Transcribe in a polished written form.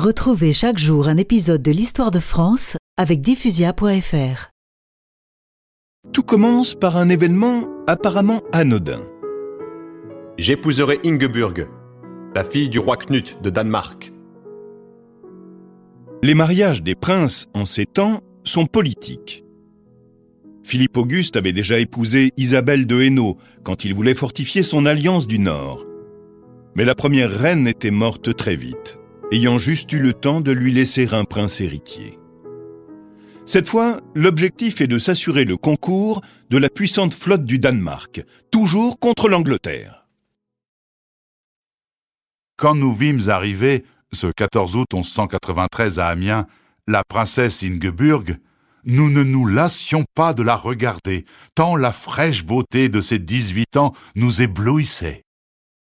Retrouvez chaque jour un épisode de l'Histoire de France avec diffusia.fr. Tout commence par un événement apparemment anodin. J'épouserai Ingeborg, la fille du roi Knut de Danemark. Les mariages des princes en ces temps sont politiques. Philippe Auguste avait déjà épousé Isabelle de Hainaut quand il voulait fortifier son alliance du Nord. Mais la première reine était morte très vite, ayant juste eu le temps de lui laisser un prince héritier. Cette fois, l'objectif est de s'assurer le concours de la puissante flotte du Danemark, toujours contre l'Angleterre. Quand nous vîmes arriver, ce 14 août 1193 à Amiens, la princesse Ingeborg, nous ne nous lassions pas de la regarder, tant la fraîche beauté de ses 18 ans nous éblouissait.